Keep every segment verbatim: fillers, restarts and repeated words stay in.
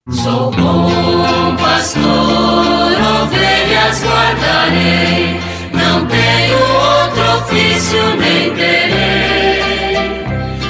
Sou bom pastor, ovelhas guardarei, não tenho outro ofício nem terei.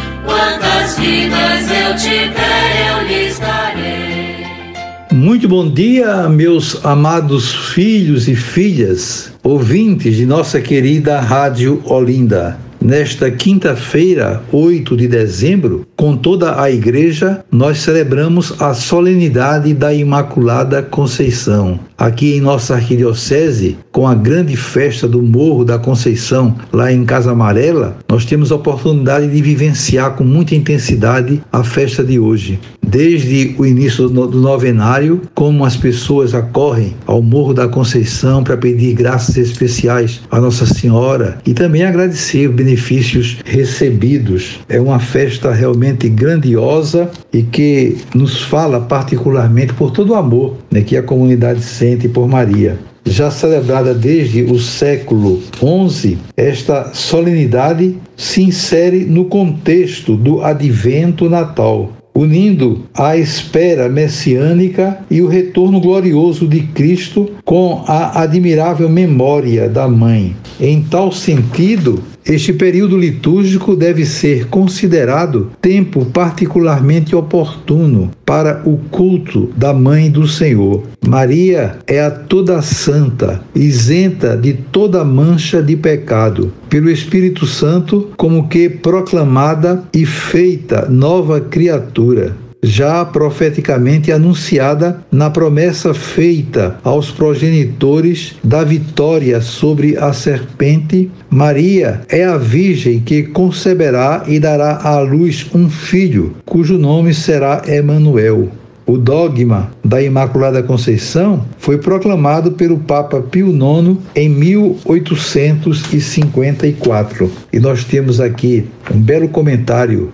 Quantas vidas eu tiver, eu lhes darei. Muito bom dia, meus amados filhos e filhas, ouvintes de nossa querida Rádio Olinda. Nesta quinta-feira, oito de dezembro, com toda a igreja, nós celebramos a solenidade da Imaculada Conceição. Aqui em nossa arquidiocese, com a grande festa do Morro da Conceição, lá em Casa Amarela, nós temos a oportunidade de vivenciar com muita intensidade a festa de hoje. Desde o início do novenário, como as pessoas acorrem ao Morro da Conceição para pedir graças especiais à Nossa Senhora e também agradecer os benefícios recebidos. É uma festa realmente grandiosa e que nos fala particularmente por todo o amor, né, que a comunidade sente por Maria. Já celebrada desde o século onze, esta solenidade se insere no contexto do Advento Natal, unindo a espera messiânica e o retorno glorioso de Cristo com a admirável memória da Mãe. Em tal sentido, este período litúrgico deve ser considerado tempo particularmente oportuno para o culto da Mãe do Senhor. Maria é a toda santa, isenta de toda mancha de pecado, pelo Espírito Santo como que proclamada e feita nova criatura, já profeticamente anunciada na promessa feita aos progenitores da vitória sobre a serpente. Maria é a Virgem que conceberá e dará à luz um filho, cujo nome será Emanuel. O dogma da Imaculada Conceição foi proclamado pelo Papa Pio nono em mil oitocentos e cinquenta e quatro. E nós temos aqui um belo comentário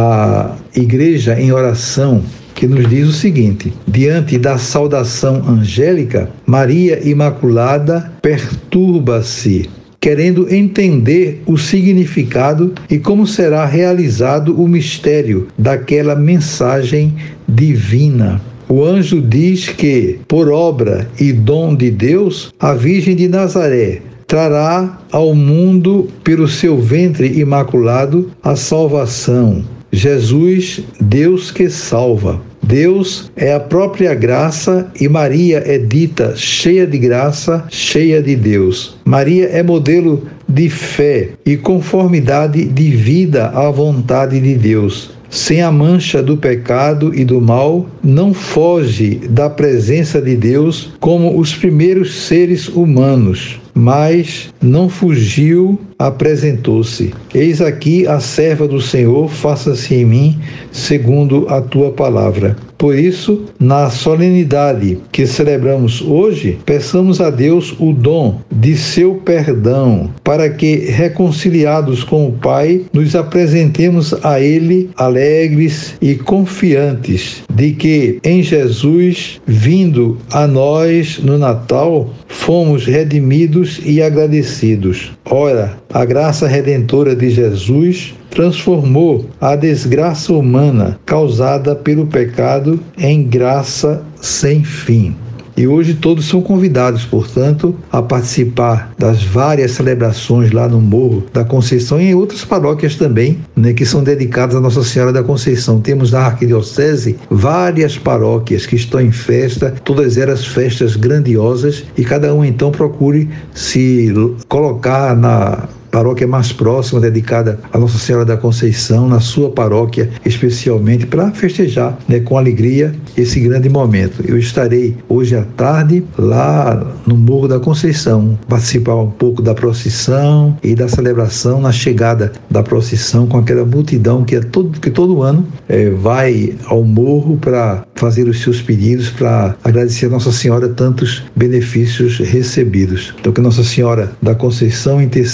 da Igreja em Oração, que nos diz o seguinte: diante da saudação angélica, Maria Imaculada perturba-se, querendo entender o significado e como será realizado o mistério daquela mensagem divina. O anjo diz que, por obra e dom de Deus, a Virgem de Nazaré trará ao mundo, pelo seu ventre imaculado, a salvação. Jesus, Deus que salva. Deus é a própria graça e Maria é dita cheia de graça, cheia de Deus. Maria é modelo de fé e conformidade de vida à vontade de Deus. Sem a mancha do pecado e do mal, não foge da presença de Deus como os primeiros seres humanos, mas não fugiu, apresentou-se. Eis aqui a serva do Senhor, faça-se em mim segundo a tua palavra. Por isso, na solenidade que celebramos hoje, peçamos a Deus o dom de seu perdão, para que, reconciliados com o Pai, nos apresentemos a Ele alegres e confiantes de que, em Jesus, vindo a nós no Natal, fomos redimidos e agradecidos. Ora, a graça redentora de Jesus transformou a desgraça humana causada pelo pecado em graça sem fim. E hoje todos são convidados, portanto, a participar das várias celebrações lá no Morro da Conceição e em outras paróquias também, né, que são dedicadas a Nossa Senhora da Conceição. Temos na arquidiocese várias paróquias que estão em festa, todas elas festas grandiosas, e cada um então procure se colocar na paróquia mais próxima, dedicada a Nossa Senhora da Conceição, na sua paróquia especialmente, para festejar, né, com alegria esse grande momento. Eu estarei hoje à tarde lá no Morro da Conceição, participar um pouco da procissão e da celebração na chegada da procissão, com aquela multidão que, é todo, que todo ano é, vai ao morro para fazer os seus pedidos, para agradecer a Nossa Senhora tantos benefícios recebidos. Então que Nossa Senhora da Conceição interceda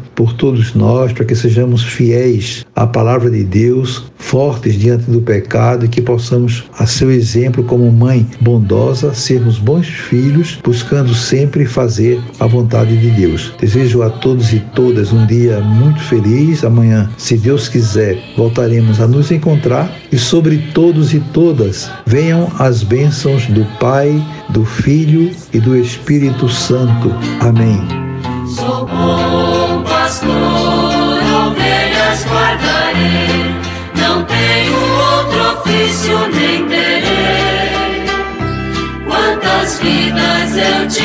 por todos nós, para que sejamos fiéis à palavra de Deus, fortes diante do pecado e que possamos, a seu exemplo como mãe bondosa, sermos bons filhos, buscando sempre fazer a vontade de Deus. Desejo a todos e todas um dia muito feliz. Amanhã, se Deus quiser, voltaremos a nos encontrar e sobre todos e todas venham as bênçãos do Pai, do Filho e do Espírito Santo. Amém. Sou bom pastor, ovelhas guardarei, não tenho outro ofício nem terei. Quantas vidas eu te